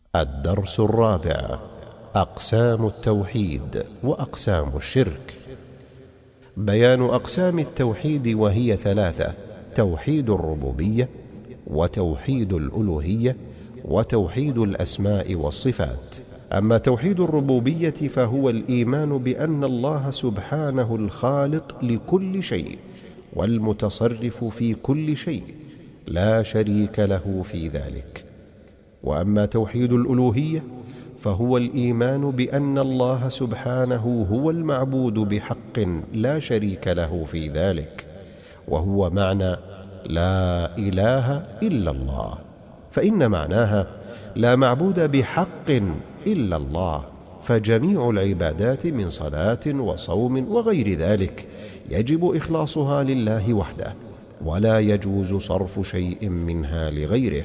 الدرس الرابع: أقسام التوحيد وأقسام الشرك. بيان أقسام التوحيد، وهي ثلاثة: توحيد الربوبية، وتوحيد الألوهية، وتوحيد الأسماء والصفات. أما توحيد الربوبية فهو الإيمان بأن الله سبحانه الخالق لكل شيء والمتصرف في كل شيء، لا شريك له في ذلك. وأما توحيد الألوهية فهو الإيمان بأن الله سبحانه هو المعبود بحق لا شريك له في ذلك، وهو معنى لا إله إلا الله، فإن معناها لا معبود بحق إلا الله. فجميع العبادات من صلاة وصوم وغير ذلك يجب إخلاصها لله وحده، ولا يجوز صرف شيء منها لغيره.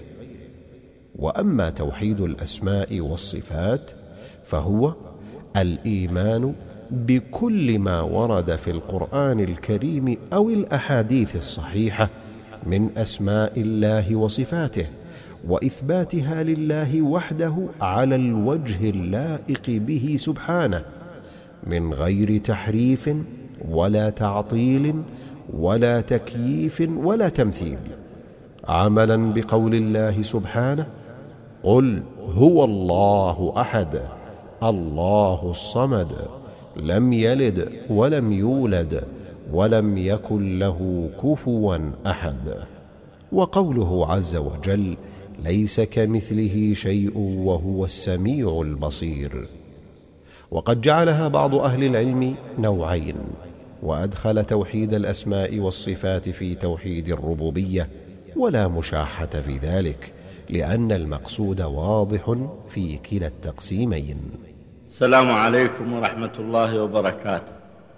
وأما توحيد الأسماء والصفات فهو الإيمان بكل ما ورد في القرآن الكريم أو الأحاديث الصحيحة من أسماء الله وصفاته، وإثباتها لله وحده على الوجه اللائق به سبحانه، من غير تحريف ولا تعطيل ولا تكييف ولا تمثيل، عملا بقول الله سبحانه: قل هو الله أحد الله الصمد لم يلد ولم يولد ولم يكن له كفوا أحد. وقوله عز وجل: ليس كمثله شيء وهو السميع البصير. وقد جعلها بعض أهل العلم نوعين، وأدخل توحيد الأسماء والصفات في توحيد الربوبية، ولا مشاحة في ذلك، لأن المقصود واضح في كلا التقسيمين. السلام عليكم ورحمة الله وبركاته.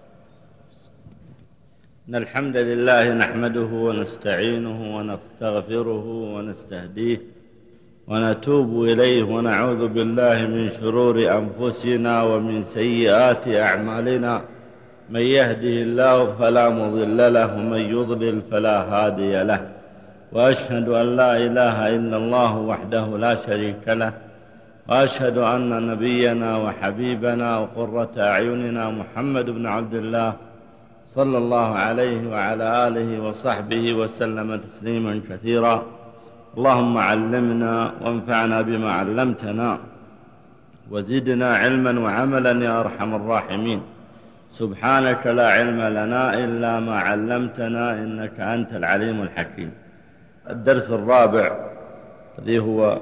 إن الحمد لله نحمده ونستعينه ونستغفره ونستهديه ونتوب إليه، ونعوذ بالله من شرور أنفسنا ومن سيئات أعمالنا. من يهده الله فلا مضل له، ومن يضلل فلا هادي له. وأشهد أن لا إله إلا الله وحده لا شريك له، وأشهد أن نبينا وحبيبنا وقرة أعيننا محمد بن عبد الله صلى الله عليه وعلى آله وصحبه وسلم تسليما كثيرا. اللهم علمنا وانفعنا بما علمتنا، وزدنا علما وعملا يا أرحم الراحمين. سبحانك لا علم لنا إلا ما علمتنا، إنك أنت العليم الحكيم. الدرس الرابع الذي هو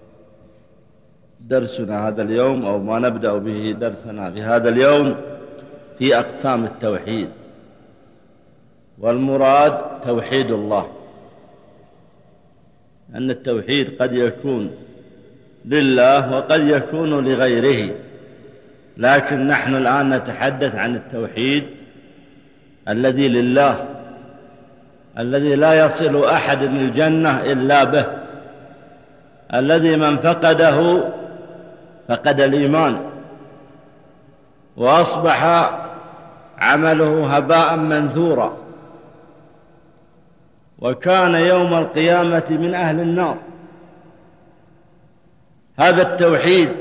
درسنا هذا اليوم، أو ما نبدأ به درسنا في هذا اليوم، في أقسام التوحيد. والمراد توحيد الله، أن التوحيد قد يكون لله وقد يكون لغيره، لكن نحن الآن نتحدث عن التوحيد الذي لله، الذي لا يصل أحد الجنة إلا به، الذي من فقده فقد الإيمان، وأصبح عمله هباء منثورا، وكان يوم القيامة من أهل النار. هذا التوحيد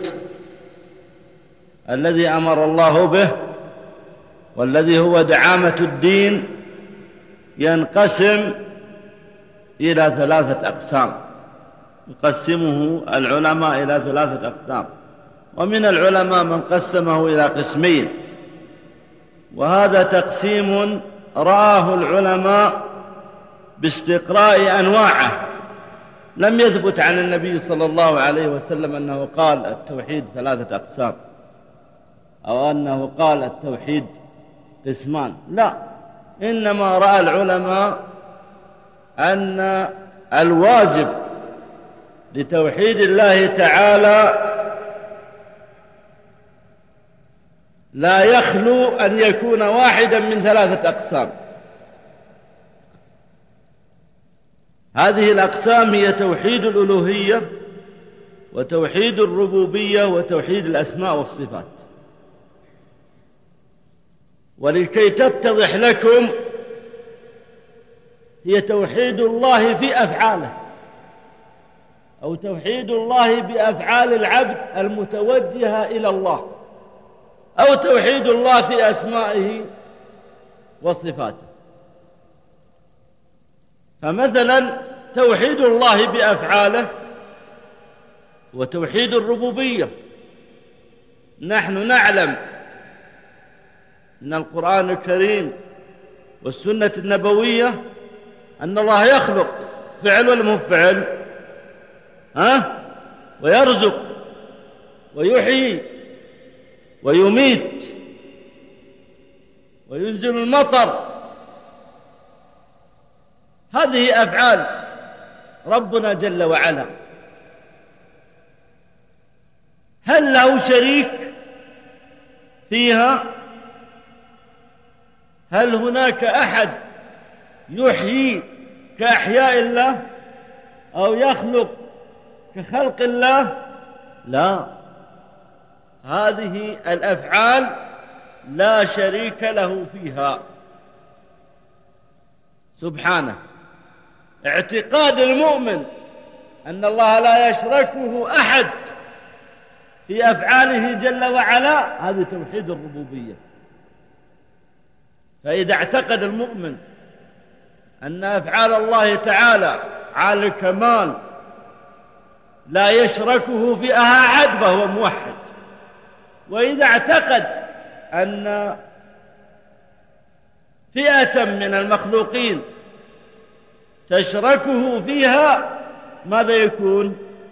الذي أمر الله به، والذي هو دعامة الدين، ينقسم إلى ثلاثة أقسام، يقسمه العلماء إلى ثلاثة أقسام. ومن العلماء من قسمه إلى قسمين، وهذا تقسيم رآه العلماء باستقراء أنواعه. لم يثبت عن النبي صلى الله عليه وسلم أنه قال التوحيد ثلاثة أقسام، أو أنه قال التوحيد قسمان، لا، إنما رأى العلماء أن الواجب لتوحيد الله تعالى لا يخلو أن يكون واحدا من ثلاثة أقسام. هذه الأقسام هي توحيد الألوهية، وتوحيد الربوبية، وتوحيد الأسماء والصفات. ولكي تتضح لكم، هي توحيد الله في أفعاله، أو توحيد الله بأفعال العبد المتوجهة إلى الله، أو توحيد الله في أسمائه وصفاته. فمثلا توحيد الله بأفعاله وتوحيد الربوبية. نحن نعلم أن القرآن الكريم والسنة النبوية أن الله يخلق، فعل ولا مو فعل؟ ويرزق ويحيي ويميت وينزل المطر. هذه أفعال ربنا جل وعلا. هل له شريك فيها؟ هل هناك أحد يحيي كأحياء الله أو يخلق كخلق الله؟ لا، هذه الأفعال لا شريك له فيها سبحانه. اعتقاد المؤمن أن الله لا يشركه أحد في أفعاله جل وعلا، هذا توحيد الربوبية. فإذا اعتقد المؤمن أن أفعال الله تعالى على الكمال لا يشركه فيها أحد فهو موحد. وإذا اعتقد أن فئة من المخلوقين تشركه فيها ماذا يكون؟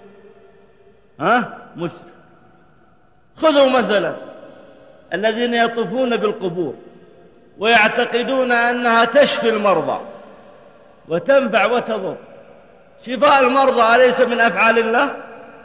مشرك. خذوا مثلا الذين يطوفون بالقبور ويعتقدون أنها تشفي المرضى وتنفع وتضر. شفاء المرضى أليس من أفعال الله؟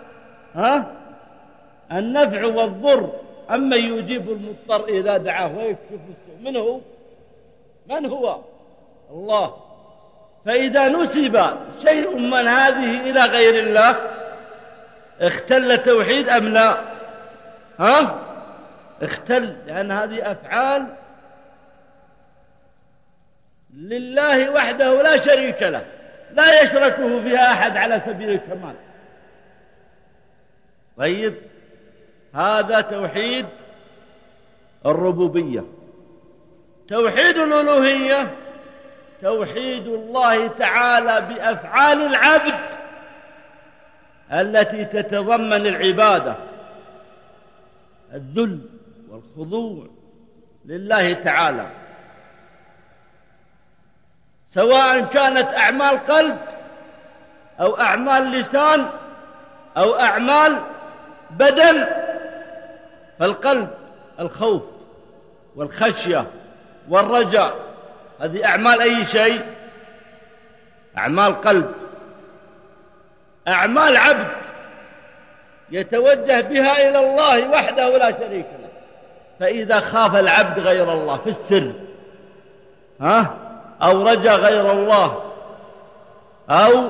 النفع والضر. أما يجيب المضطر إذا دعاه ويكشف السوء، من هو؟ الله. فإذا نسب شيء من هذه إلى غير الله اختل التوحيد أم لا؟ اختل، لأن هذه أفعال لله وحده لا شريك له، لا يشركه فيها أحد على سبيل الكمال. طيب، هذا توحيد الربوبية. توحيد الألوهية توحيد الله تعالى بأفعال العبد التي تتضمن العبادة، الذل والخضوع لله تعالى، سواء كانت أعمال قلب أو أعمال لسان أو أعمال بدن. فالقلب الخوف والخشية والرجاء، هذه أعمال أي شيء؟ أعمال قلب. أعمال عبد يتوجه بها إلى الله وحده لا شريك له. فإذا خاف العبد غير الله في السر أو رجا غير الله أو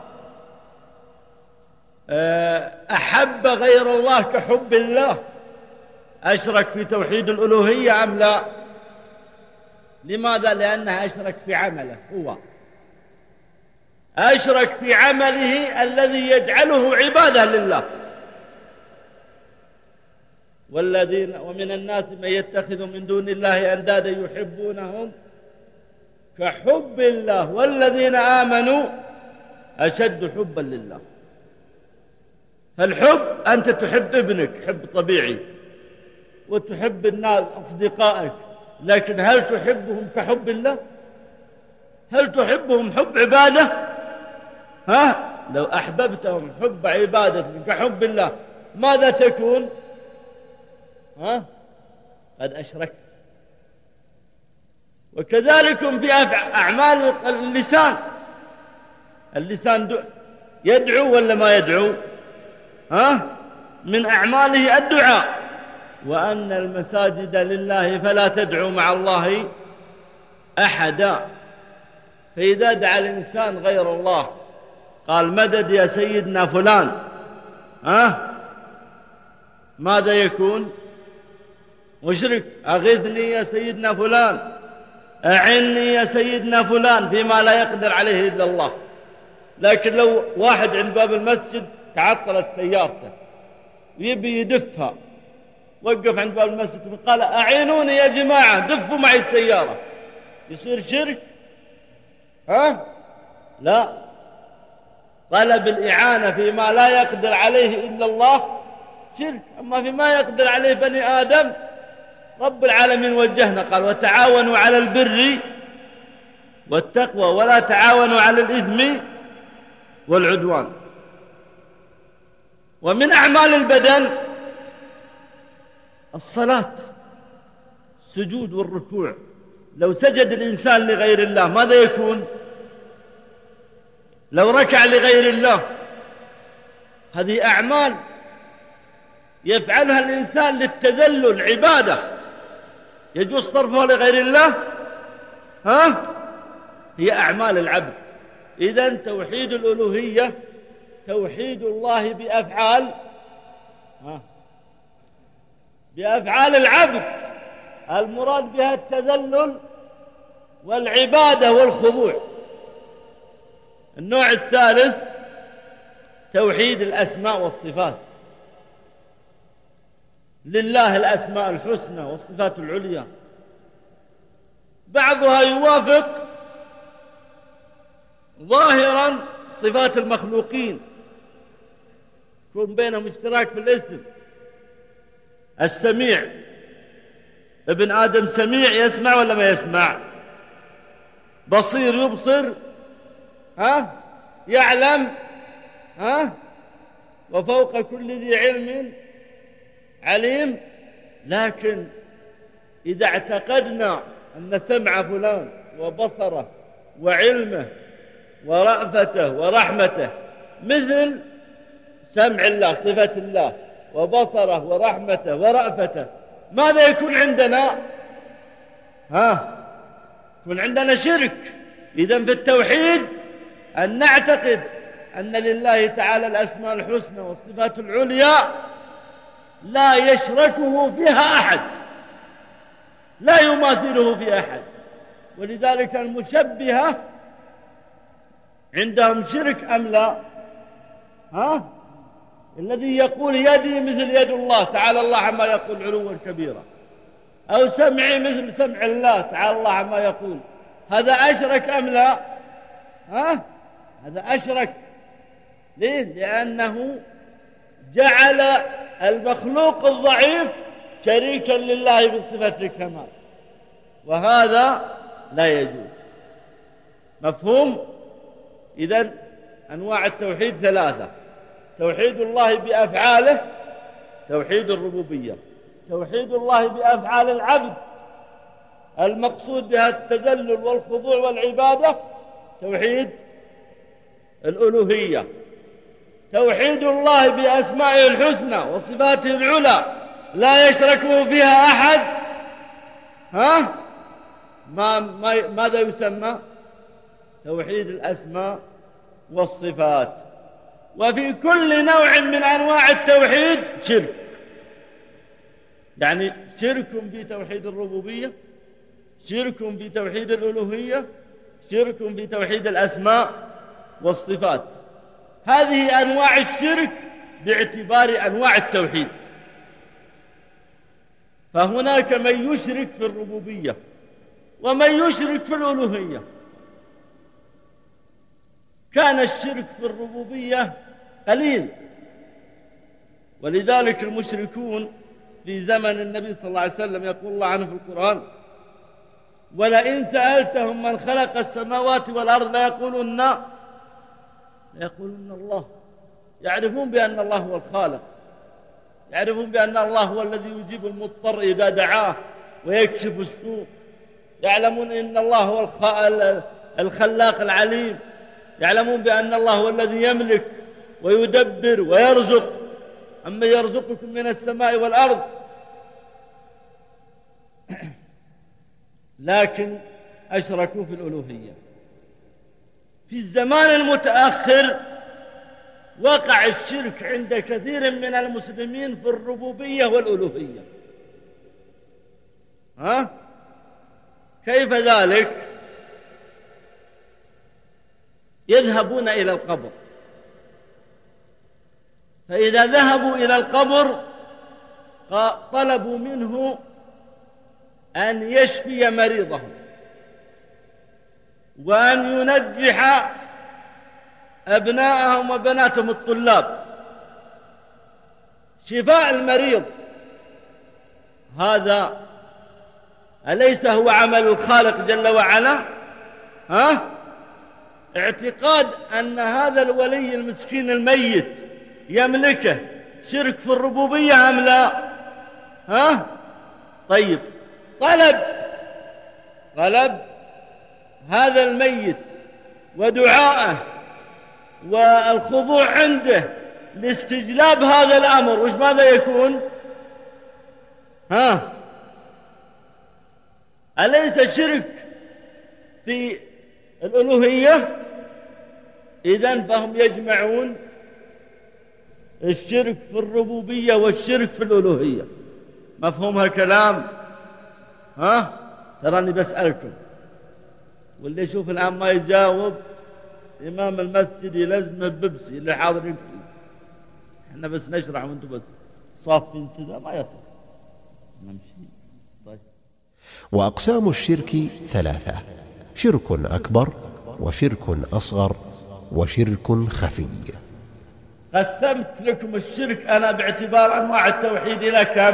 أحب غير الله كحب الله، أشرك في توحيد الألوهية أم لا؟ لماذا؟ لأنه أشرك في عمله، هو أشرك في عمله الذي يجعله عبادة لله. ومن الناس من يتخذ من دون الله أندادا يحبونهم كحب الله والذين آمنوا أشد حبا لله. فالحب أنت تحب ابنك حب طبيعي وتحب الناس أصدقائك، لكن هل تحبهم كحب الله؟ هل تحبهم حب عبادة؟ لو أحببتهم حب عبادة كحب الله ماذا تكون؟ قد أشركت. وكذلك في أعمال اللسان يدعو ولا ما يدعو؟ من أعماله الدعاء، وأن المساجد لله فلا تدعو مع الله أحدا. فإذا دعا الإنسان غير الله قال مدد يا سيدنا فلان، ماذا يكون؟ مشرك. أغثني يا سيدنا فلان، أعني يا سيدنا فلان، فيما لا يقدر عليه إلا الله. لكن لو واحد عند باب المسجد تعطلت سيارته ويبي يدفها، وقف عند باب المسجد وقال أعينوني يا جماعة دفوا معي السيارة، يصير شرك؟ لا، طلب الإعانة فيما لا يقدر عليه إلا الله شرك. أما فيما يقدر عليه بني آدم رب العالمين وجهنا، قال وتعاونوا على البر والتقوى ولا تعاونوا على الإثم والعدوان. ومن أعمال البدن الصلاة، السجود والركوع. لو سجد الإنسان لغير الله ماذا يكون؟ لو ركع لغير الله، هذه أعمال يفعلها الإنسان للتذلل، عبادة يجوز صرفها لغير الله؟ هي أعمال العبد. إذن توحيد الألوهية توحيد الله بأفعال العبد، المراد بها التذلل والعبادة والخضوع. النوع الثالث توحيد الأسماء والصفات. لله الأسماء الحسنى والصفات العليا، بعضها يوافق ظاهرا صفات المخلوقين، يكون بينهم اشتراك في الاسم. السميع، ابن آدم سميع، يسمع ولا ما يسمع؟ بصير، يبصر، يعلم، وفوق كل ذي علم عليم. لكن إذا اعتقدنا أن سمع فلان وبصره وعلمه ورأفته ورحمته مثل سمع الله، صفة الله، وبصره ورحمته ورأفته، ماذا يكون عندنا؟ يكون عندنا شرك. إذن في التوحيد أن نعتقد أن لله تعالى الأسماء الحسنى والصفات العليا لا يشركه فيها أحد، لا يماثله في أحد. ولذلك المشبهة عندهم شرك أم لا؟ الذي يقول يدي مثل يد الله تعالى الله عما يقول علوا كبيرا، أو سمعي مثل سمع الله تعالى الله عما يقول، هذا أشرك أم لا؟ هذا أشرك. ليه؟ لأنه جعل المخلوق الضعيف شريكا لله بصفة الكمال، وهذا لا يجوز. مفهوم؟ إذن أنواع التوحيد ثلاثة: توحيد الله بأفعاله، توحيد الربوبية، توحيد الله بأفعال العبد المقصود بها التذلل والخضوع والعبادة، توحيد الألوهية، توحيد الله بأسمائه الحسنى وصفاته العلى لا يشركه فيها أحد. ماذا يسمى؟ توحيد الأسماء والصفات. وفي كل نوع من أنواع التوحيد شرك، يعني شرك في توحيد الربوبية، شرك في توحيد الألوهية، شرك في توحيد الأسماء والصفات. هذه أنواع الشرك باعتبار أنواع التوحيد. فهناك من يشرك في الربوبية ومن يشرك في الألوهية. كان الشرك في الربوبية قليل، ولذلك المشركون في زمن النبي صلى الله عليه وسلم يقول الله عنه في القرآن: ولئن سألتهم من خلق السماوات والأرض ليقولن الله. يعرفون بأن الله هو الخالق، يعرفون بأن الله هو الذي يجيب المضطر إذا دعاه ويكشف السوء، يعلمون أن الله هو الخلاق العليم، يعلمون بأن الله هو الذي يملك ويدبر ويرزق، أما يرزقكم من السماء والأرض. لكن أشركوا في الألوهية. في الزمان المتأخر وقع الشرك عند كثير من المسلمين في الربوبية والألوهية. كيف ذلك؟ يذهبون إلى القبر، فإذا ذهبوا إلى القبر طلبوا منه أن يشفي مريضهم وأن ينجح أبناءهم وبناتهم الطلاب. شفاء المريض هذا أليس هو عمل الخالق جل وعلا؟ اعتقاد أن هذا الولي المسكين الميت يملكه شرك في الربوبية أم لا؟ طيب، طلب هذا الميت ودعائه والخضوع عنده لاستجلاب هذا الأمر، وش ماذا يكون؟ أليس شرك في الألوهية؟ إذن فهم يجمعون الشرك في الربوبية والشرك في الألوهية. مفهوم هالكلام؟ تراني بسألكم، واللي يشوف الآن ما يجاوب إمام المسجد يلزمه ببسي اللي حاضرين فيه. احنا بس نشرح وانتم بس صافين سدا ما يصح نمشي. طيب. وأقسام الشرك ثلاثة: شرك أكبر، وشرك أصغر، وشرك خفي. قسمت لكم الشرك أنا باعتبار أنواع التوحيد إلى كم؟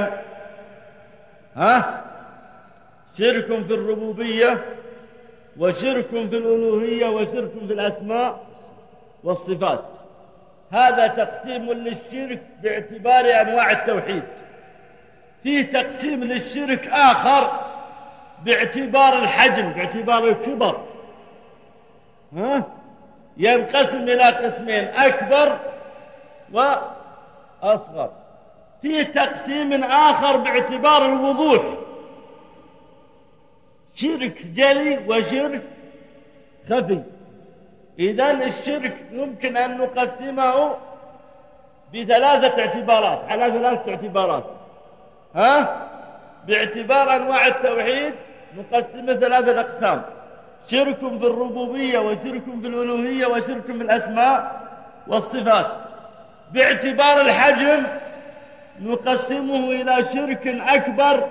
شرك في الربوبية، وشرك في الألوهية، وشرك في الأسماء والصفات. هذا تقسيم للشرك باعتبار أنواع التوحيد. فيه تقسيم للشرك آخر باعتبار الحجم، باعتبار الكبر. ينقسم إلى قسمين: أكبر وأصغر. فيه تقسيم آخر باعتبار الوضوح: شرك جلي وشرك خفي. إذن الشرك يمكن أن نقسمه بثلاثة اعتبارات، على ثلاثة اعتبارات. باعتبار أنواع التوحيد نقسمه ثلاثة أقسام: شرك في الربوبية، وشرك في الألوهية، وشرك في الأسماء والصفات. باعتبار الحجم نقسمه إلى شرك أكبر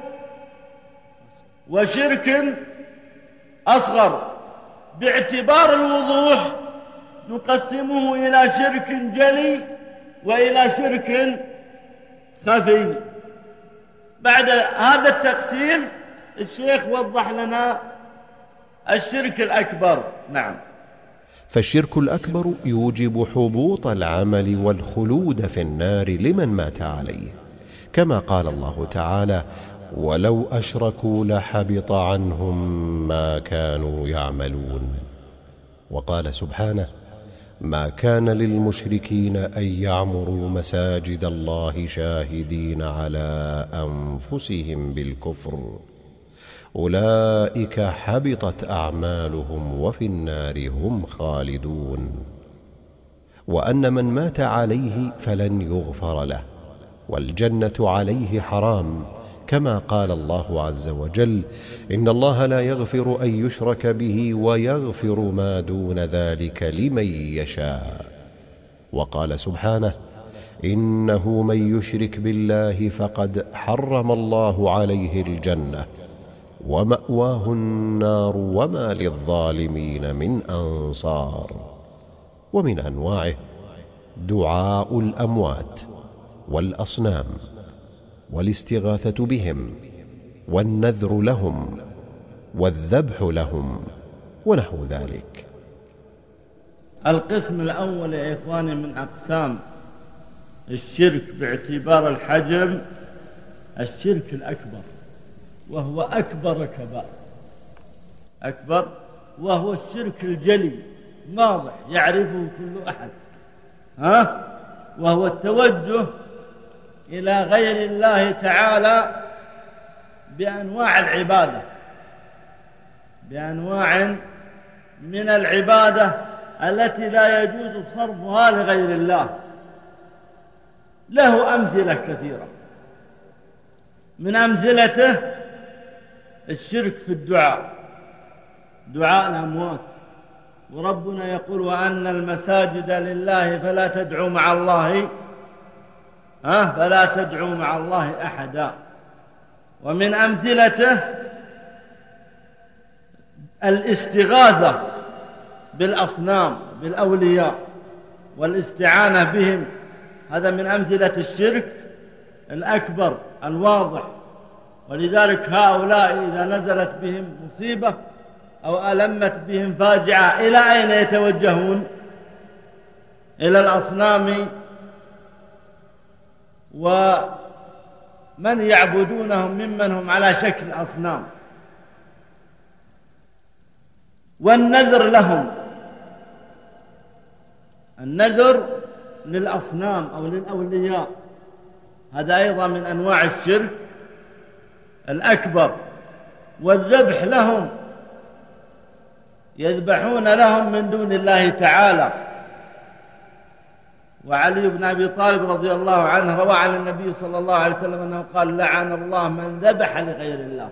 وشرك أصغر. باعتبار الوضوح نقسمه إلى شرك جلي وإلى شرك خفي. بعد هذا التقسيم الشيخ وضح لنا الشرك الأكبر. نعم. فالشرك الأكبر يوجب حبوط العمل والخلود في النار لمن مات عليه، كما قال الله تعالى: ولو أشركوا لحبط عنهم ما كانوا يعملون. وقال سبحانه: ما كان للمشركين أن يعمروا مساجد الله شاهدين على أنفسهم بالكفر أولئك حبطت أعمالهم وفي النار هم خالدون. وأن من مات عليه فلن يغفر له، والجنة عليه حرام، كما قال الله عز وجل: إن الله لا يغفر أن يشرك به ويغفر ما دون ذلك لمن يشاء. وقال سبحانه: إنه من يشرك بالله فقد حرم الله عليه الجنة ومأواه النار وما للظالمين من أنصار. ومن أنواعه دعاء الأموات والأصنام والاستغاثة بهم والنذر لهم والذبح لهم ونحو ذلك. القسم الأول يا إخواني من أقسام الشرك باعتبار الحجم الشرك الأكبر، وهو أكبر الكبائر. أكبر وهو الشرك الجلي واضح يعرفه كل أحد، وهو التوجه إلى غير الله تعالى بأنواع العبادة، بأنواع من العبادة التي لا يجوز صرفها لغير الله. له أمثلة كثيرة، من أمثلته الشرك في الدعاء، دعاء الأموات، وربنا يقول وأن المساجد لله فلا تدعوا مع الله فلا تدعوا مع الله أحدا. ومن أمثلته الاستغاثة بالأصنام بالأولياء والاستعانة بهم، هذا من أمثلة الشرك الأكبر الواضح. ولذلك هؤلاء إذا نزلت بهم مصيبة أو ألمت بهم فاجعة إلى أين يتوجهون؟ إلى الأصنام ومن يعبدونهم ممن هم على شكل أصنام. والنذر لهم، النذر للأصنام أو للأولياء هذا أيضا من أنواع الشرك الأكبر. والذبح لهم، يذبحون لهم من دون الله تعالى. وعلي بن أبي طالب رضي الله عنه روى عن النبي صلى الله عليه وسلم أنه قال لعن الله من ذبح لغير الله.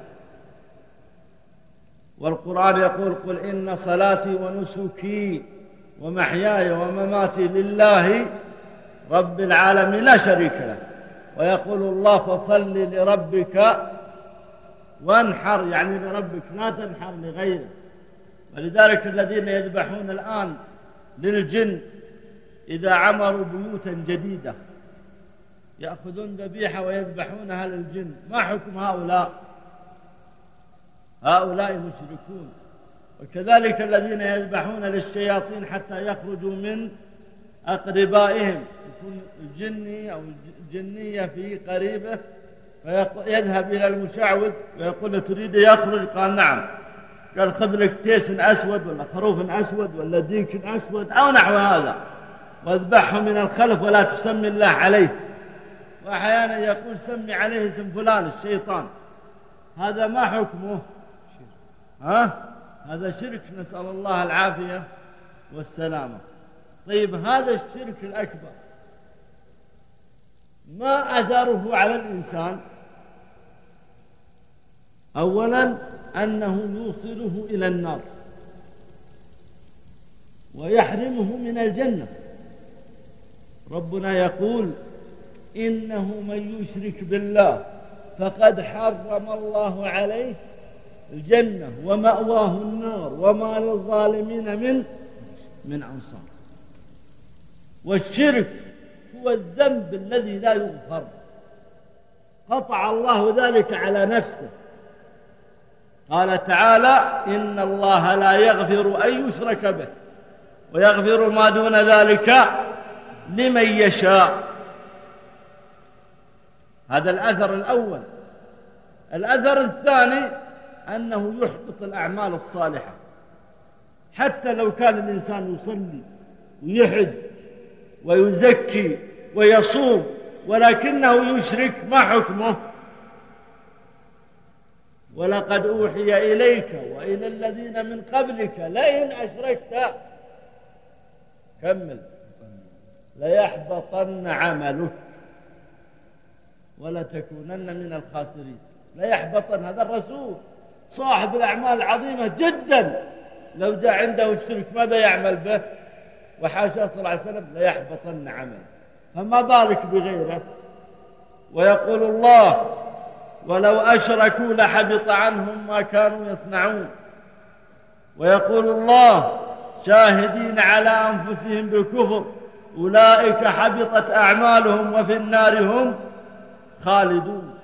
والقرآن يقول قل إن صلاتي ونسكي ومحياي ومماتي لله رب العالمين لا شريك له. ويقول الله فصل لربك وانحر، يعني لربك لا تنحر لغيره. ولذلك الذين يذبحون الآن للجن إذا عمروا بيوتا جديدة يأخذون ذبيحة ويذبحونها للجن، ما حكم هؤلاء؟ هؤلاء مشركون. وكذلك الذين يذبحون للشياطين حتى يخرجوا من أقربائهم، يكون الجني أو الجنية في قريبه فيذهب إلى المشعوذ ويقول تريد يخرج؟ قال نعم. قال خذ لك تيس أسود ولا خروف أسود ولا ديك أسود أو نحو هذا واذبحه من الخلف ولا تسمي الله عليه. وأحيانا يقول سمي عليه اسم فلان الشيطان. هذا ما حكمه؟ هذا شرك، نسأل الله العافية والسلامة. طيب هذا الشرك الأكبر ما أثره على الإنسان؟ أولا أنه يوصله إلى النار ويحرمه من الجنة. ربنا يقول إنه من يشرك بالله فقد حرم الله عليه الجنة ومأواه النار وما للظالمين من أنصار. والشرك هو الذنب الذي لا يغفر، قطع الله ذلك على نفسه. قال تعالى إن الله لا يغفر أن يشرك به ويغفر ما دون ذلك لمن يشاء. هذا الأثر الأول. الأثر الثاني أنه يحبط الأعمال الصالحة. حتى لو كان الإنسان يصلي ويحج ويزكي ويصوم ولكنه يشرك، ما حكمه؟ ولقد أوحي إليك وإلى الذين من قبلك لئن أشركت كمل ليحبطن عملك ولتكونن من الخاسرين. ليحبطن، هذا الرسول صاحب الأعمال العظيمة جدا، لو جاء عنده الشرك ماذا يعمل به؟ وحاشا صلى الله عليه وسلم ليحبطن عمله، فما بالك بغيره. ويقول الله ولو أشركوا لحبط عنهم ما كانوا يصنعون. ويقول الله شاهدين على أنفسهم بالكفر أولئك حبطت أعمالهم وفي النار هم خالدون.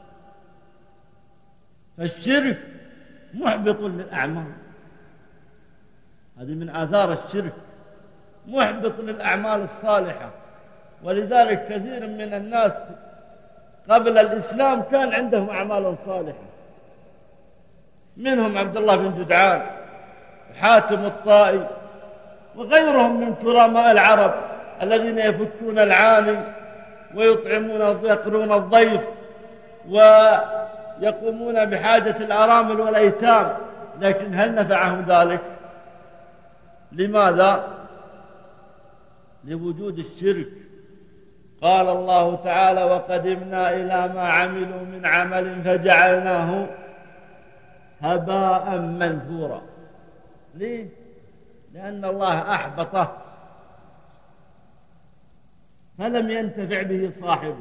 فالشرك محبط للأعمال، هذه من آثار الشرك، محبط للأعمال الصالحة. ولذلك كثير من الناس قبل الإسلام كان عندهم أعمال صالحة، منهم عبد الله بن جدعان وحاتم الطائي وغيرهم من كرماء العرب الذين يفكون العاني ويقرون الضيف ويقومون بحاجة الأرامل والأيتام. لكن هل نفعهم ذلك؟ لماذا؟ لوجود الشرك. قال الله تعالى وقدمنا إلى ما عملوا من عمل فجعلناه هباء منثورا. ليه؟ لأن الله أحبطه فلم ينتفع به صاحبه.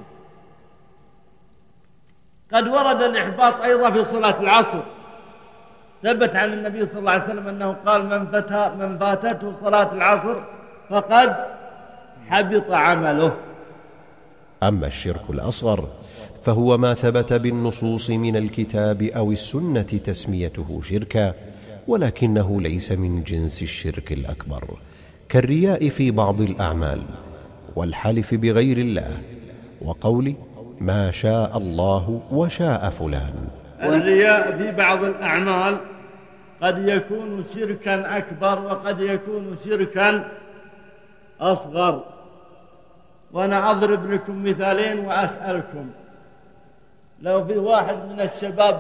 قد ورد الإحباط أيضا في صلاة العصر، ثبت عن النبي صلى الله عليه وسلم أنه قال من فاتته صلاة العصر فقد حبط عمله. أما الشرك الأصغر فهو ما ثبت بالنصوص من الكتاب أو السنة تسميته شركا، ولكنه ليس من جنس الشرك الأكبر، كالرياء في بعض الأعمال، والحلف بغير الله، وقول ما شاء الله وشاء فلان. الرياء في بعض الأعمال قد يكون شركا أكبر وقد يكون شركا أصغر. وأنا أضرب لكم مثالين وأسألكم: لو في واحد من الشباب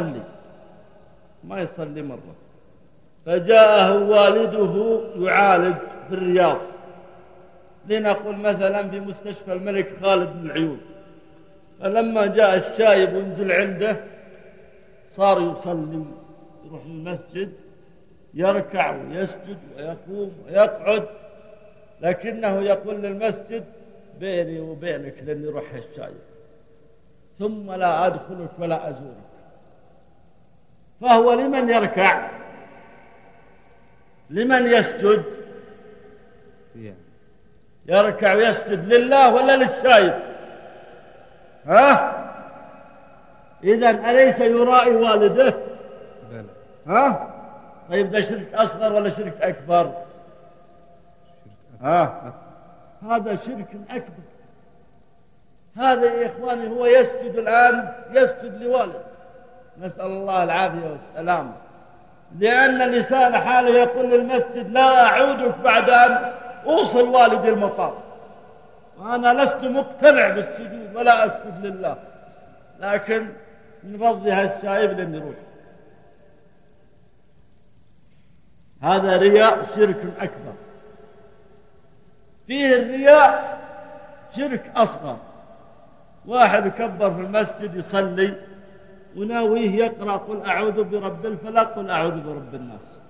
ما يصلي مرة، فجاءه والده يعالج في الرياض، لنقل مثلا في مستشفى الملك خالد بن العيون، فلما جاء الشايب ونزل عنده صار يصلي، يروح المسجد يركع ويسجد ويقوم ويقعد، لكنه يقول للمسجد: بيني وبينك لن يروح الشايب، ثم لا أدخلك ولا أزورك. فهو لمن يركع؟ لمن يسجد؟ يركع ويسجد لله ولا للشايب؟ إذن أليس يرائي والده؟ طيب ده شرك أصغر ولا شرك أكبر؟ هذا شرك أكبر. هذا يا إخواني هو يسجد الآن، يسجد لوالد، نسأل الله العافية والسلام، لأن لسان حاله يقول للمسجد: لا أعودك بعد أن أوصل والدي المطار، وأنا لست مقتنع بالسجود ولا أسجد لله، لكن نرضيها الشايب لن يروح. هذا رياء شرك أكبر. فيه الرياء شرك أصغر، واحد يكبر في المسجد يصلي وناويه يقرأ قل أعوذ برب الفلق قل أعوذ برب الناس،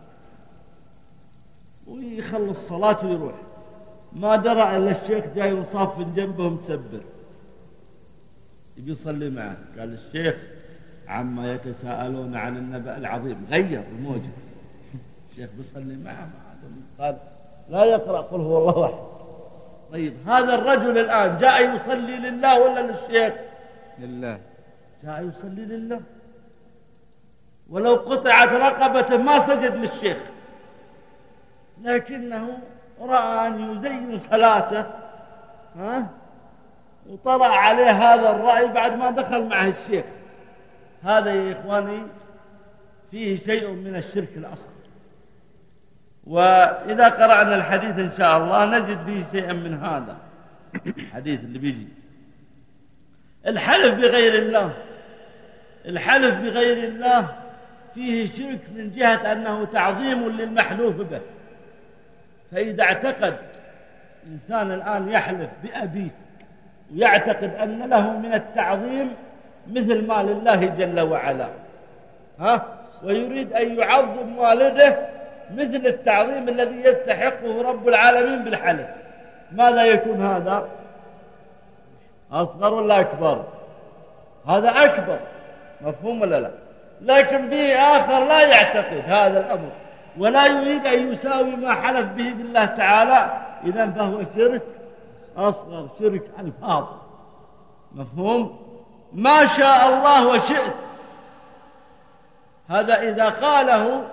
ويخلص الصلاة ويروح، ما درى إلا الشيخ جاي وصاف من جنبه متسبر يبي يصلي معه، قال: الشيخ عما يتساءلون عن النبأ العظيم، غير الموجة، الشيخ بيصلي معه، قال لا يقرأ قل هو الله أحد. طيب هذا الرجل الآن جاء يصلي لله ولا للشيخ؟ لله. جاء يصلي لله، ولو قطعت رقبته ما سجد للشيخ، لكنه رأى أن يزين صلاته وطرأ عليه هذا الرأي بعد ما دخل معه الشيخ. هذا يا إخواني فيه شيء من الشرك الأصغر. وإذا قرأنا الحديث إن شاء الله نجد فيه شيئا من هذا الحديث اللي بيجي. الحلف بغير الله، الحلف بغير الله فيه شرك من جهة أنه تعظيم للمحلوف به. فإذا اعتقد إنسان الآن يحلف بأبيه ويعتقد أن له من التعظيم مثل ما لله جل وعلا، ويريد أن يعظم والده مثل التعظيم الذي يستحقه رب العالمين بالحلف، ماذا يكون هذا؟ أصغر ولا أكبر؟ هذا أكبر، مفهوم ولا لا؟ لكن فيه آخر لا يعتقد هذا الأمر ولا يريد أن يساوي ما حلف به بالله تعالى، إذن فهو شرك أصغر، شرك الفاظ، مفهوم؟ ما شاء الله وشئت، هذا إذا قاله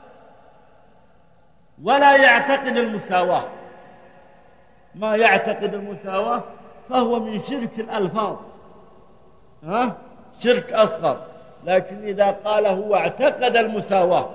ولا يعتقد المساواة، ما يعتقد المساواة فهو من شرك الألفاظ، شرك أصغر. لكن إذا قاله واعتقد المساواة،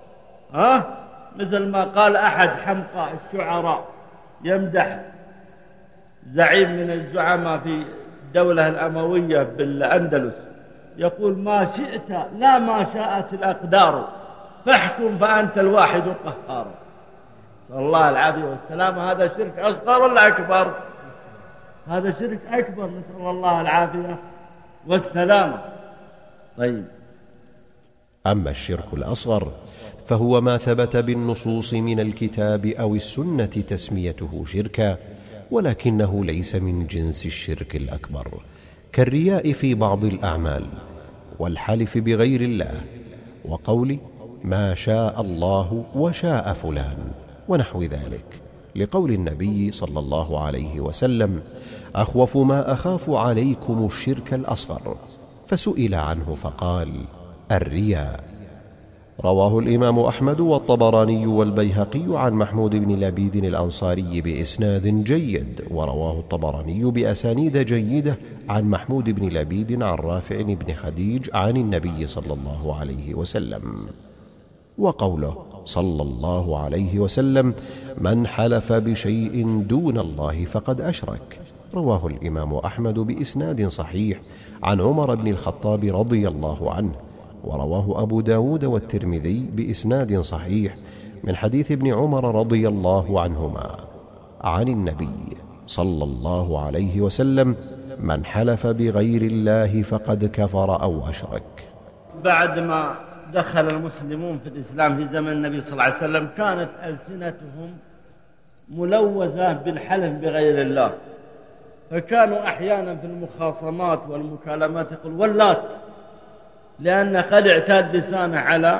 مثل ما قال أحد حمقى الشعراء يمدح زعيم من الزعماء في الدولة الأموية بالأندلس، يقول: ما شئت لا ما شاءت الأقدار، فاحكم فأنت الواحد القهار. صلى الله العافية والسلام. هذا شرك أصغر ولا أكبر؟ هذا شرك أكبر، نسأل الله العافية والسلام. طيب أما الشرك الأصغر فهو ما ثبت بالنصوص من الكتاب أو السنة تسميته شركا، ولكنه ليس من جنس الشرك الأكبر، كالرياء في بعض الأعمال، والحلف بغير الله، وقول ما شاء الله وشاء فلان، ونحو ذلك، لقول النبي صلى الله عليه وسلم: أخوف ما أخاف عليكم الشرك الأصغر، فسئل عنه فقال: الرياء. رواه الإمام أحمد والطبراني والبيهقي عن محمود بن لبيد الأنصاري بإسناد جيد، ورواه الطبراني بأسانيد جيدة عن محمود بن لبيد عن رافع بن خديج عن النبي صلى الله عليه وسلم. وقوله صلى الله عليه وسلم: من حلف بشيء دون الله فقد أشرك، رواه الإمام أحمد بإسناد صحيح عن عمر بن الخطاب رضي الله عنه، ورواه أبو داود والترمذي بإسناد صحيح من حديث ابن عمر رضي الله عنهما عن النبي صلى الله عليه وسلم: من حلف بغير الله فقد كفر أو أشرك. بعدما دخل المسلمون في الإسلام في زمن النبي صلى الله عليه وسلم كانت ألسنتهم ملوثة بالحلف بغير الله، فكانوا أحيانا في المخاصمات والمكالمات يقول واللات، لأن قد اعتاد لسانه على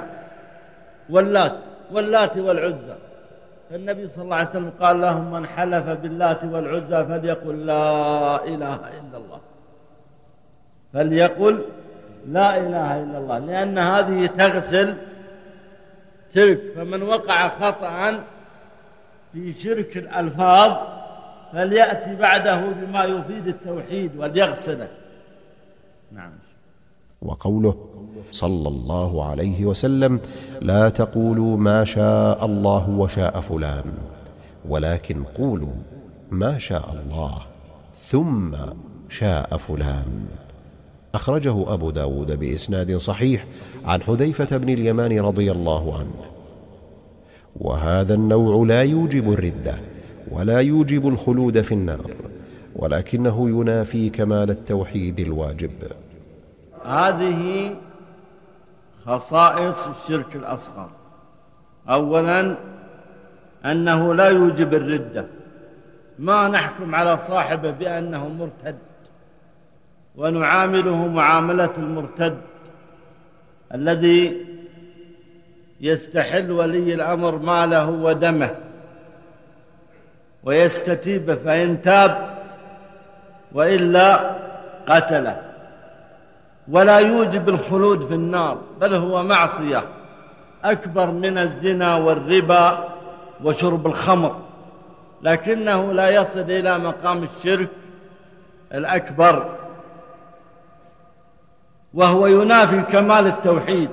واللات والعزى، فالنبي صلى الله عليه وسلم قال لهم: من حلف باللات والعزى فليقل لا إله إلا الله، فليقل لا إله إلا الله، لأن هذه تغسل شرك. فمن وقع خطأ في شرك الألفاظ فليأتي بعده بما يفيد التوحيد وليغسله. نعم. وقوله صلى الله عليه وسلم: لا تقولوا ما شاء الله وشاء فلان، ولكن قولوا ما شاء الله ثم شاء فلان. أخرجه أبو داود بإسناد صحيح عن حذيفة بن اليمان رضي الله عنه. وهذا النوع لا يوجب الردة ولا يوجب الخلود في النار، ولكنه ينافي كمال التوحيد الواجب. هذه خصائص الشرك الأصغر. أولا أنه لا يوجب الردة، ما نحكم على صاحبه بأنه مرتد ونعامله معاملة المرتد الذي يستحل ولي الأمر ماله ودمه ويستتيب، فإن تاب وإلا قتله. ولا يوجب الخلود في النار، بل هو معصية أكبر من الزنا والربا وشرب الخمر، لكنه لا يصل إلى مقام الشرك الأكبر، وهو ينافي كمال التوحيد.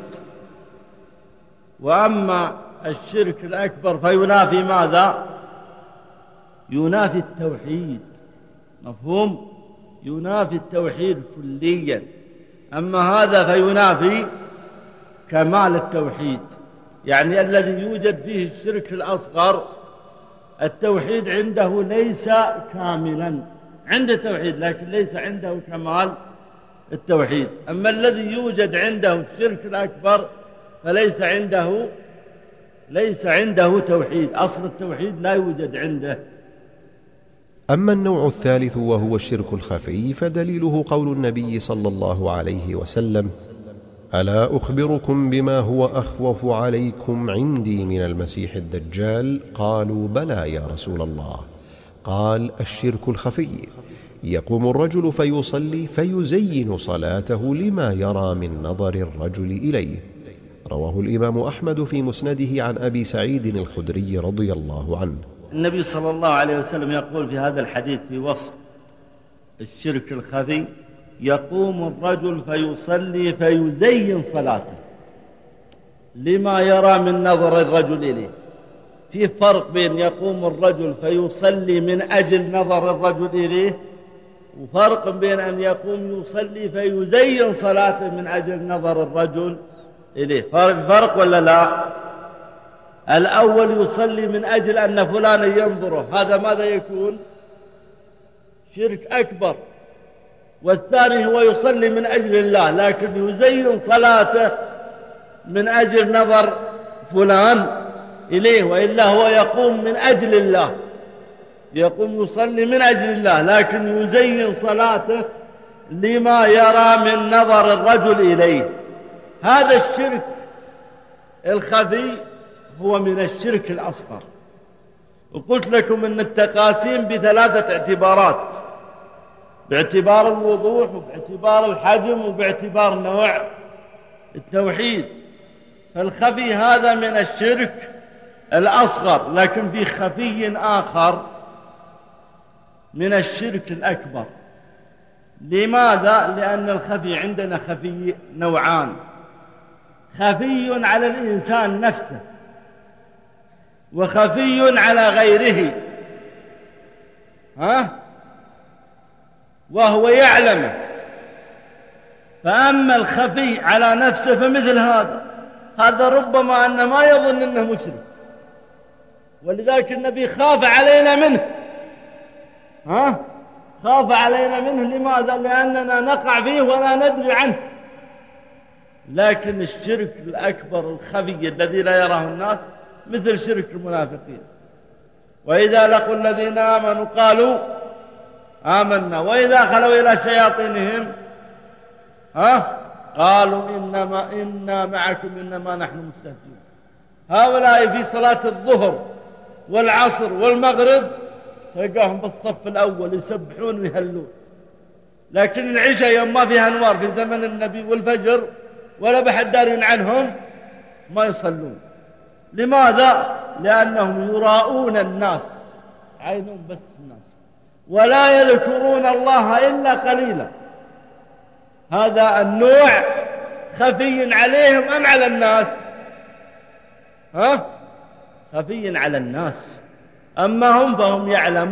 وأما الشرك الأكبر فينافي ماذا؟ ينافي التوحيد، مفهوم؟ ينافي التوحيد كليا. أما هذا فينافي كمال التوحيد، يعني الذي يوجد فيه الشرك الأصغر التوحيد عنده ليس كاملا، عنده توحيد لكن ليس عنده كمال التوحيد. أما الذي يوجد عنده الشرك الأكبر فليس عنده توحيد، أصل التوحيد لا يوجد عنده. أما النوع الثالث وهو الشرك الخفي فدليله قول النبي صلى الله عليه وسلم: ألا أخبركم بما هو أخوف عليكم عندي من المسيح الدجال؟ قالوا بلى يا رسول الله. قال: الشرك الخفي، يقوم الرجل فيصلي فيزين صلاته لما يرى من نظر الرجل إليه. رواه الإمام أحمد في مسنده عن أبي سعيد الخدري رضي الله عنه. النبي صلى الله عليه وسلم يقول في هذا الحديث في وصف الشرك الخفي: يقوم الرجل فيصلي فيزين صلاته لما يرى من نظر الرجل إليه. في فرق بين يقوم الرجل فيصلي من أجل نظر الرجل إليه، وفرق بين أن يقوم يصلي فيزين صلاته من أجل نظر الرجل إليه. فرق ولا لا؟ الأول يصلي من أجل أن فلانا ينظره، هذا ماذا يكون؟ شرك أكبر. والثاني هو يصلي من أجل الله لكن يزين صلاته من أجل نظر فلان إليه، وإلا هو يقوم من أجل الله، يقوم يصلي من أجل الله، لكن يزين صلاته لما يرى من نظر الرجل إليه. هذا الشرك الخفي هو من الشرك الأصغر. وقلت لكم أن التقاسيم بثلاثة اعتبارات: باعتبار الوضوح، وباعتبار الحجم، وباعتبار نوع التوحيد. فالخفي هذا من الشرك الأصغر، لكن في خفي آخر من الشرك الأكبر. لماذا؟ لأن الخفي عندنا خفي نوعان: خفي على الإنسان نفسه، وخفي على غيره وهو يعلمه. فأما الخفي على نفسه فمثل هذا ربما أن ما يظن أنه مشرك، ولذلك النبي خاف علينا منه. خاف علينا منه. لماذا؟ لأننا نقع فيه ولا ندري عنه. لكن الشرك الأكبر الخفي الذي لا يراه الناس مثل شرك المنافقين: وإذا لقوا الذين آمنوا قالوا آمنا وإذا خلوا إلى شياطينهم قالوا إنا معكم إنما نحن مستهزئون. هؤلاء في صلاة الظهر والعصر والمغرب تلقاهم بالصف الأول يسبحون ويهلون، لكن العشاء يوم ما فيها أنوار في زمن النبي والفجر ولا بحد دارين عنهم ما يصلون. لماذا؟ لأنهم يراؤون الناس، عينهم بس الناس، ولا يذكرون الله إلا قليلا. هذا النوع خفي عليهم أم على الناس؟ خفي على الناس. أما هم فهم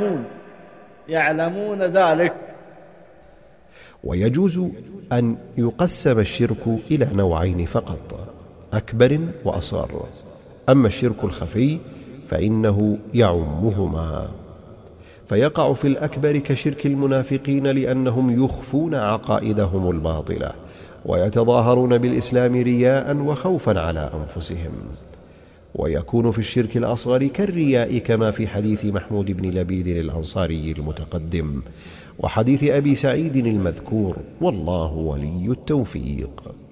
يعلمون ذلك. ويجوز أن يقسم الشرك إلى نوعين فقط: أكبر وأصغر. أما الشرك الخفي فإنه يعمهما، فيقع في الأكبر كشرك المنافقين، لأنهم يخفون عقائدهم الباطلة ويتظاهرون بالإسلام رياء وخوفا على أنفسهم. ويكون في الشرك الأصغر كالرياء، كما في حديث محمود بن لبيد الأنصاري المتقدم وحديث أبي سعيد المذكور: والله ولي التوفيق.